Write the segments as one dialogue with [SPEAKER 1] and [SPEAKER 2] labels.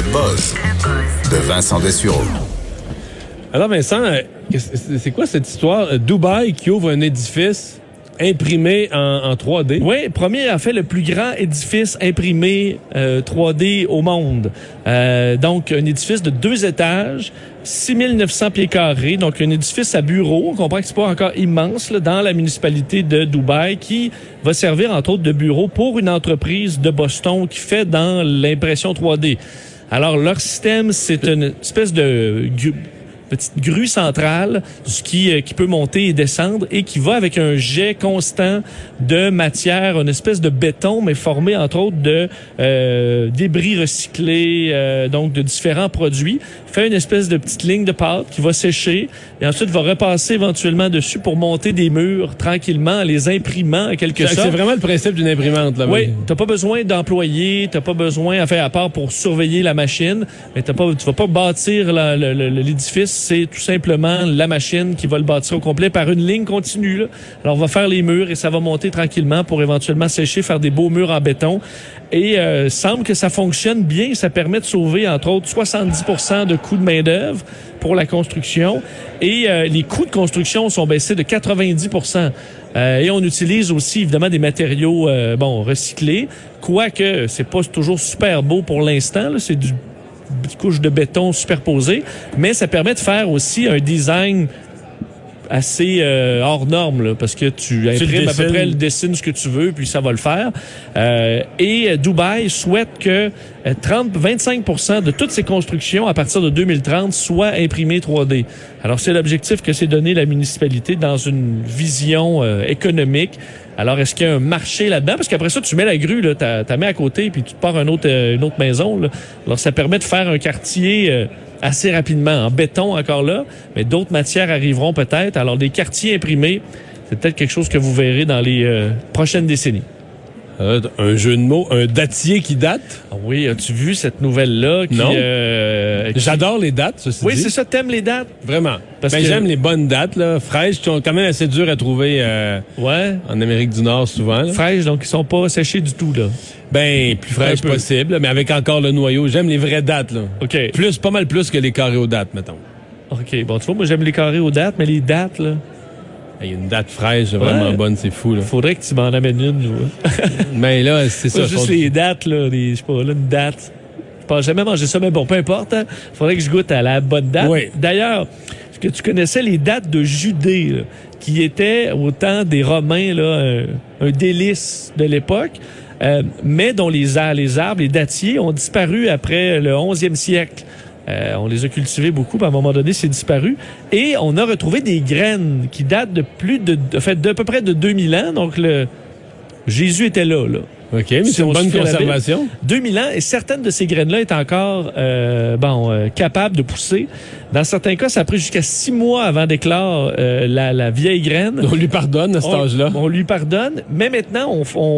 [SPEAKER 1] Le buzz de Vincent Dessureau.
[SPEAKER 2] Alors Vincent, c'est quoi cette histoire? Dubaï qui ouvre un édifice imprimé en 3D.
[SPEAKER 3] Oui, premier, en fait, le plus grand édifice imprimé 3D au monde. Donc, un édifice de 2 étages, 6900 pieds carrés. Donc, un édifice à bureau. On comprend que c'est pas encore immense là, dans la municipalité de Dubaï qui va servir, entre autres, de bureau pour une entreprise de Boston qui fait dans l'impression 3D. Alors, leur système, c'est une espèce de petite grue centrale qui peut monter et descendre et qui va avec un jet constant de matière, une espèce de béton, mais formé entre autres de débris recyclés, donc de différents produits, fait une espèce de petite ligne de pâte qui va sécher et ensuite va repasser éventuellement dessus pour monter des murs tranquillement en les imprimant en quelque sorte.
[SPEAKER 2] C'est vraiment le principe d'une imprimante. Là,
[SPEAKER 3] oui, t'as pas besoin d'employés, t'as pas besoin, enfin à part pour surveiller la machine, mais tu vas pas bâtir l'édifice. C'est tout simplement la machine qui va le bâtir au complet par une ligne continue. Là. Alors, on va faire les murs et ça va monter tranquillement pour éventuellement sécher, faire des beaux murs en béton. Et semble que ça fonctionne bien. Ça permet de sauver, entre autres, 70% de coûts de main-d'œuvre pour la construction. Et les coûts de construction sont baissés de 90%. Et on utilise aussi, évidemment, des matériaux recyclés. Quoique, c'est pas toujours super beau pour l'instant. Là. C'est du couche de béton superposée, mais ça permet de faire aussi un design assez hors norme, là, parce que tu imprimes à peu près, dessines ce que tu veux, puis ça va le faire. Et Dubaï souhaite que 25% de toutes ces constructions, à partir de 2030, soient imprimées 3D. Alors, c'est l'objectif que s'est donné la municipalité dans une vision économique. Alors, est-ce qu'il y a un marché là-dedans? Parce qu'après ça, tu mets la grue, là, t'as mets à côté, puis tu te pars une autre maison. Là. Alors, ça permet de faire un quartier assez rapidement, en béton encore là, mais d'autres matières arriveront peut-être. Alors, des quartiers imprimés, c'est peut-être quelque chose que vous verrez dans les prochaines décennies.
[SPEAKER 2] Un jeu de mots, un datier qui date?
[SPEAKER 3] Oui, as-tu vu cette nouvelle-là?
[SPEAKER 2] Non. J'adore les dates, ceci
[SPEAKER 3] Oui,
[SPEAKER 2] dit.
[SPEAKER 3] c'est ça, t'aimes les dates?
[SPEAKER 2] Vraiment.
[SPEAKER 3] Parce que
[SPEAKER 2] j'aime les bonnes dates, là. Fraîches, qui sont quand même assez dures à trouver en Amérique du Nord, souvent. Là.
[SPEAKER 3] Fraîches, donc ils sont pas séchés du tout, là.
[SPEAKER 2] Plus fraîches possible, mais avec encore le noyau. J'aime les vraies dates, là.
[SPEAKER 3] OK.
[SPEAKER 2] Pas mal plus que les carrés aux dates, mettons.
[SPEAKER 3] OK. Bon, tu vois, moi, j'aime les carrés aux dates, mais les dates, là...
[SPEAKER 2] Il y a une date fraîche, vraiment bonne, c'est fou, là.
[SPEAKER 3] Faudrait que tu m'en amènes une, là.
[SPEAKER 2] Mais là, c'est ça.
[SPEAKER 3] Juste les dates, là. Je sais pas, là, une date. Je pense jamais manger ça, mais bon, peu importe, hein. Faudrait que je goûte à la bonne date.
[SPEAKER 2] Oui.
[SPEAKER 3] D'ailleurs, est-ce que tu connaissais les dates de Judée, là, qui étaient, au temps des Romains, là, un délice de l'époque, mais dont les arbres, les dattiers, ont disparu après le 11e siècle. On les a cultivés beaucoup, puis à un moment donné, c'est disparu. Et on a retrouvé des graines qui datent de d'à peu près de 2000 ans. Donc, Jésus était là.
[SPEAKER 2] OK, mais c'est une bonne conservation.
[SPEAKER 3] 2000 ans, et certaines de ces graines-là est encore capables de pousser. Dans certains cas, ça a pris jusqu'à 6 mois avant d'éclore la vieille graine.
[SPEAKER 2] On lui pardonne à cet âge-là.
[SPEAKER 3] On lui pardonne, mais maintenant,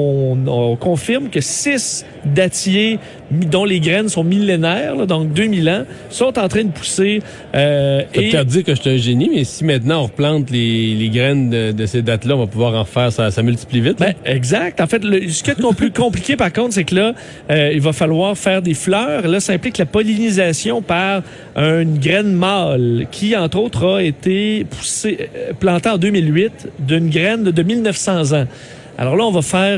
[SPEAKER 3] on confirme que 6 dattiers dont les graines sont millénaires, là, donc 2000 ans, sont en train de pousser.
[SPEAKER 2] Ça peut peut-être dire que je suis un génie, mais si maintenant on replante les graines de ces dates-là, on va pouvoir en faire, ça multiplie vite.
[SPEAKER 3] Ben, exact. En fait, ce qui est plus compliqué, par contre, c'est que là, il va falloir faire des fleurs. Là, ça implique la pollinisation par une graine mâle qui, entre autres, a été plantée en 2008 d'une graine de 1900 ans. Alors là, on va faire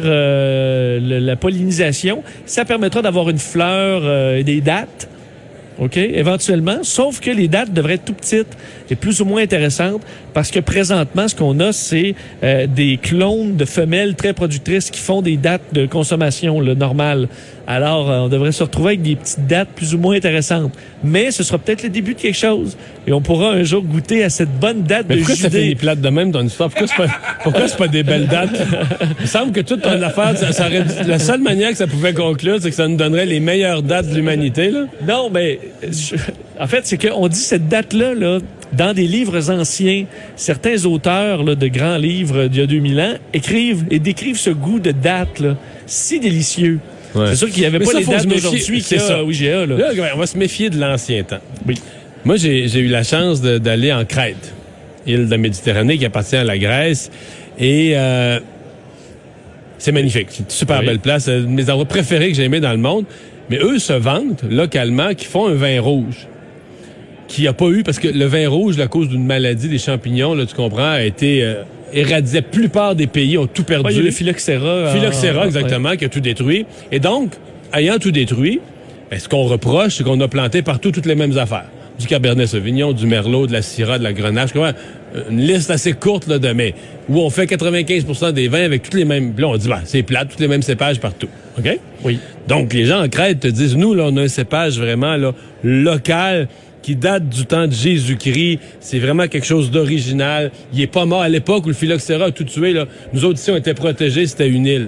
[SPEAKER 3] la pollinisation. Ça permettra d'avoir une fleur et des dattes. OK, éventuellement, sauf que les dattes devraient être tout petites et plus ou moins intéressantes parce que présentement, ce qu'on a, c'est des clones de femelles très productrices qui font des dattes de consommation normales. Alors, on devrait se retrouver avec des petites dattes plus ou moins intéressantes. Mais ce sera peut-être le début de quelque chose. Et on pourra un jour goûter à cette bonne date de Judée.
[SPEAKER 2] Pourquoi ça finit plate de même ton histoire? Pourquoi c'est pas des belles dates? Il me semble que toute ton affaire, la seule manière que ça pouvait conclure, c'est que ça nous donnerait les meilleures dates de l'humanité, là.
[SPEAKER 3] Non, mais en fait, c'est qu'on dit cette date-là, là, dans des livres anciens, certains auteurs là, de grands livres d'il y a 2000 ans écrivent et décrivent ce goût de date là, si délicieux. Ouais. C'est sûr qu'il n'y avait pas les dates d'aujourd'hui qu'il y a au IGA. Là,
[SPEAKER 2] on va se méfier de l'ancien temps.
[SPEAKER 3] Oui.
[SPEAKER 2] Moi, j'ai eu la chance d'aller en Crète, île de la Méditerranée qui appartient à la Grèce. Et c'est magnifique. C'est une super belle place. Un de mes endroits préférés que j'ai aimé dans le monde. Mais eux se vantent, localement, qu'ils font un vin rouge. Qui a pas eu, parce que le vin rouge, à cause d'une maladie des champignons, là, tu comprends, a été éradié. La plupart des pays ont tout perdu.
[SPEAKER 3] Il y a le phylloxéra.
[SPEAKER 2] Phylloxéra, exactement, qui a tout détruit. Et donc, ayant tout détruit, ce qu'on reproche, c'est qu'on a planté partout toutes les mêmes affaires. Du Cabernet Sauvignon, du Merlot, de la Syrah, de la Grenache. Une liste assez courte, là, où on fait 95% des vins avec toutes les mêmes. Puis là, on dit, c'est plate, toutes les mêmes cépages partout. OK?
[SPEAKER 3] Oui.
[SPEAKER 2] Donc, les gens en Crète te disent, nous, là, on a un cépage vraiment, là, local, qui date du temps de Jésus-Christ. C'est vraiment quelque chose d'original. Il est pas mort à l'époque où le phylloxéra a tout tué, là. Nous autres, ici, on était protégés, c'était une île.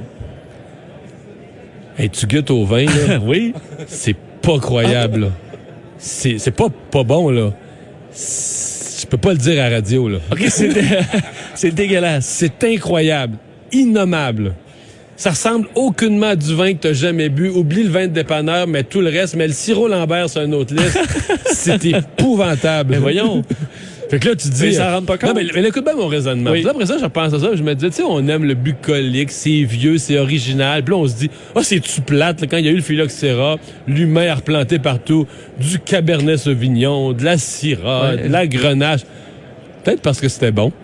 [SPEAKER 2] Hey, tu goûtes au vin, là.
[SPEAKER 3] Oui.
[SPEAKER 2] C'est pas croyable, là. C'est pas bon, là. Je peux pas le dire à la radio, là.
[SPEAKER 3] OK, c'est dégueulasse.
[SPEAKER 2] C'est incroyable. Innommable. Ça ressemble aucunement à du vin que t'as jamais bu. Oublie le vin de dépanneur, mais tout le reste. Mais le sirop Lambert, c'est une autre liste. C'est épouvantable.
[SPEAKER 3] Mais voyons.
[SPEAKER 2] Fait que là, tu te dis...
[SPEAKER 3] Mais ça rentre pas compte.
[SPEAKER 2] Non, mais écoute bien mon raisonnement.
[SPEAKER 3] Oui.
[SPEAKER 2] Puis là, après ça, je repense à ça. Je me disais, tu sais, on aime le bucolique, c'est vieux, c'est original. Puis là, on se dit, c'est-tu plate, là, quand il y a eu le phylloxéra, l'humain a replanté partout, du Cabernet Sauvignon, de la Syrah, de la Grenache. Peut-être parce que c'était bon.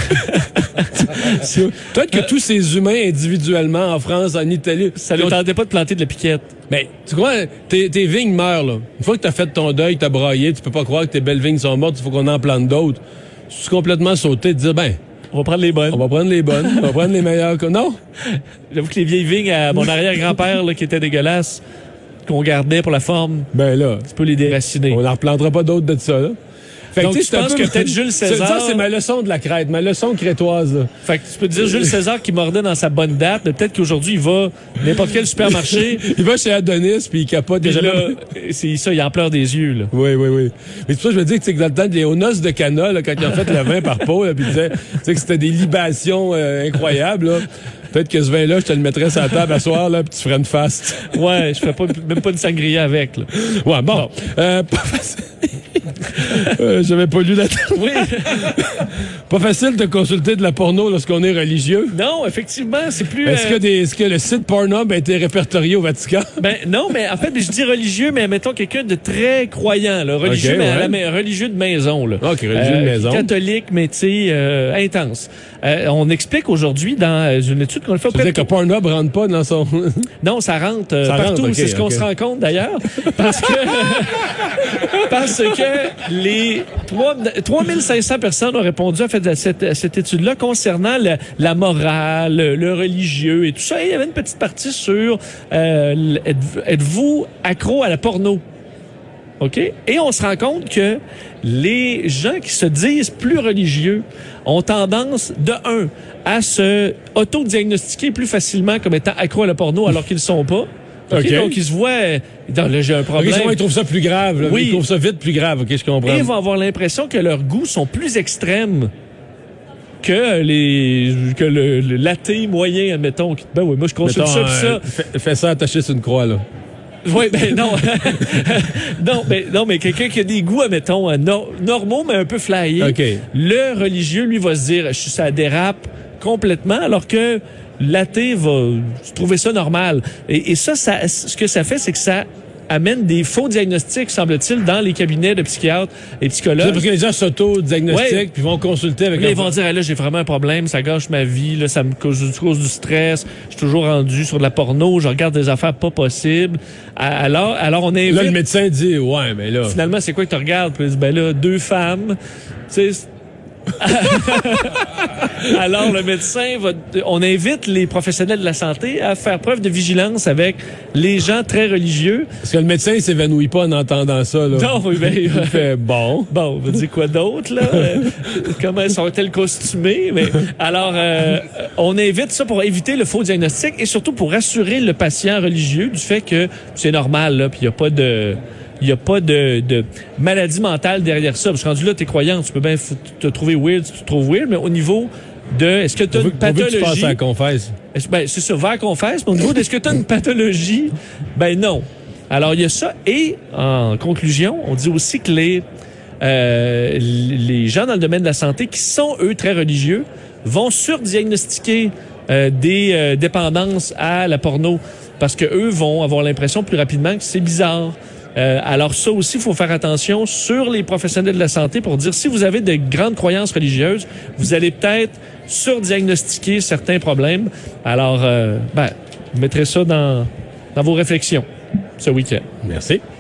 [SPEAKER 2] Peut-être que tous ces humains individuellement en France, en Italie...
[SPEAKER 3] Ça ne tentait pas de planter de la piquette.
[SPEAKER 2] Mais, tu crois, tes vignes meurent, là. Une fois que t'as fait ton deuil, t'as braillé, tu peux pas croire que tes belles vignes sont mortes, il faut qu'on en plante d'autres. Je suis complètement sauté de dire,
[SPEAKER 3] on va prendre les bonnes.
[SPEAKER 2] On va prendre les bonnes, on va prendre les meilleures. Non?
[SPEAKER 3] J'avoue que les vieilles vignes à mon arrière-grand-père, là, qui étaient dégueulasses, qu'on gardait pour la forme,
[SPEAKER 2] là,
[SPEAKER 3] tu peux les déraciner.
[SPEAKER 2] On n'en replantera pas d'autres de ça, là. Fait
[SPEAKER 3] donc,
[SPEAKER 2] que,
[SPEAKER 3] je pense que peut-être Jules César...
[SPEAKER 2] Ça, c'est ma leçon de la Crète, ma leçon crétoise. Là.
[SPEAKER 3] Fait que tu peux te dire Jules César qui mordait dans sa bonne date, mais peut-être qu'aujourd'hui, il va n'importe quel supermarché.
[SPEAKER 2] Il va chez Adonis, puis il capote déjà.
[SPEAKER 3] Là, c'est ça, il en pleure des yeux. Là.
[SPEAKER 2] Oui. Mais c'est pour ça que je me dis que dans le temps, aux noces de Cana, là, quand ils ont fait le vin par pot, puis ils disaient que c'était des libations incroyables, là. Peut-être que ce vin-là, je te le mettrais sur la table à soir, là, puis tu ferais une faste.
[SPEAKER 3] Ouais, je ferais même pas une sangria avec, là.
[SPEAKER 2] Ouais, bon. Pas facile. J'avais pas lu la
[SPEAKER 3] Oui.
[SPEAKER 2] Pas facile de consulter de la porno lorsqu'on est religieux.
[SPEAKER 3] Non, effectivement, c'est plus...
[SPEAKER 2] Est-ce que le site Pornhub a été répertorié au Vatican?
[SPEAKER 3] Non, mais en fait, je dis religieux, mais mettons quelqu'un de très croyant, là. Religieux, religieux de maison, là.
[SPEAKER 2] OK, religieux de maison.
[SPEAKER 3] Catholique, mais tu sais, intense. On explique aujourd'hui dans une étude qu'on a fait
[SPEAKER 2] auprès de... que Pornhub rentre pas dans son...
[SPEAKER 3] Non, ça rentre partout. Okay, c'est ce qu'on se rend compte, d'ailleurs. Parce que les 3500 personnes ont répondu à cette étude-là concernant la morale, le religieux et tout ça. Et il y avait une petite partie sur êtes-vous accro à la porno? OK? Et on se rend compte que les gens qui se disent plus religieux ont tendance, de un, à se auto-diagnostiquer plus facilement comme étant accro à la porno alors qu'ils ne sont pas. Okay. Donc, ils se voient... Là, j'ai un problème.
[SPEAKER 2] Ils trouvent ça plus grave. Là.
[SPEAKER 3] Oui.
[SPEAKER 2] Ils trouvent ça vite plus grave. OK, je comprends.
[SPEAKER 3] Et ils vont avoir l'impression que leurs goûts sont plus extrêmes que le latte moyen, admettons. Ben oui, moi, je consulte ça pis ça.
[SPEAKER 2] Fais ça attaché sur une croix, là.
[SPEAKER 3] Oui, non. non, mais quelqu'un qui a des goûts, admettons, normaux, mais un peu flyés.
[SPEAKER 2] Okay.
[SPEAKER 3] Le religieux, lui, va se dire, ça dérape complètement, alors que l'athée va trouver ça normal. Et ça, ce que ça fait, c'est que ça amène des faux diagnostics, semble-t-il, dans les cabinets de psychiatres et psychologues.
[SPEAKER 2] C'est parce que les gens s'auto-diagnostiquent puis vont consulter avec...
[SPEAKER 3] Ils vont dire, là, j'ai vraiment un problème, ça gâche ma vie, là, ça me cause du stress, je suis toujours rendu sur de la porno, je regarde des affaires pas possibles. Alors on invite...
[SPEAKER 2] Là, le médecin dit, ouais, mais là...
[SPEAKER 3] Finalement, c'est quoi que tu regardes? Puis il dit, là, 2 femmes, tu sais... Alors, le médecin on invite les professionnels de la santé à faire preuve de vigilance avec les gens très religieux.
[SPEAKER 2] Parce que le médecin, il s'évanouit pas en entendant ça, là.
[SPEAKER 3] Non, oui,
[SPEAKER 2] il fait bon.
[SPEAKER 3] Bon, on va dire quoi d'autre, là? Comment sont-elles costumées? Mais, alors, on invite ça pour éviter le faux diagnostic et surtout pour rassurer le patient religieux du fait que c'est normal, là, puis il n'y a pas de maladie mentale derrière ça. Parce que rendu là, t'es croyant, tu peux bien te trouver weird si tu te trouves weird, mais au niveau de... Est-ce que tu as une pathologie...
[SPEAKER 2] Tu passes à la confesse.
[SPEAKER 3] C'est ça, va à la confesse, mais au niveau de... Est-ce que tu as une pathologie? Ben non. Alors, il y a ça. Et, en conclusion, on dit aussi que les gens dans le domaine de la santé qui sont, eux, très religieux, vont surdiagnostiquer des dépendances à la porno. parce que eux vont avoir l'impression plus rapidement que c'est bizarre. Alors ça aussi, il faut faire attention sur les professionnels de la santé pour dire si vous avez de grandes croyances religieuses, vous allez peut-être surdiagnostiquer certains problèmes. Alors, vous mettrez ça dans vos réflexions ce week-end.
[SPEAKER 2] Merci.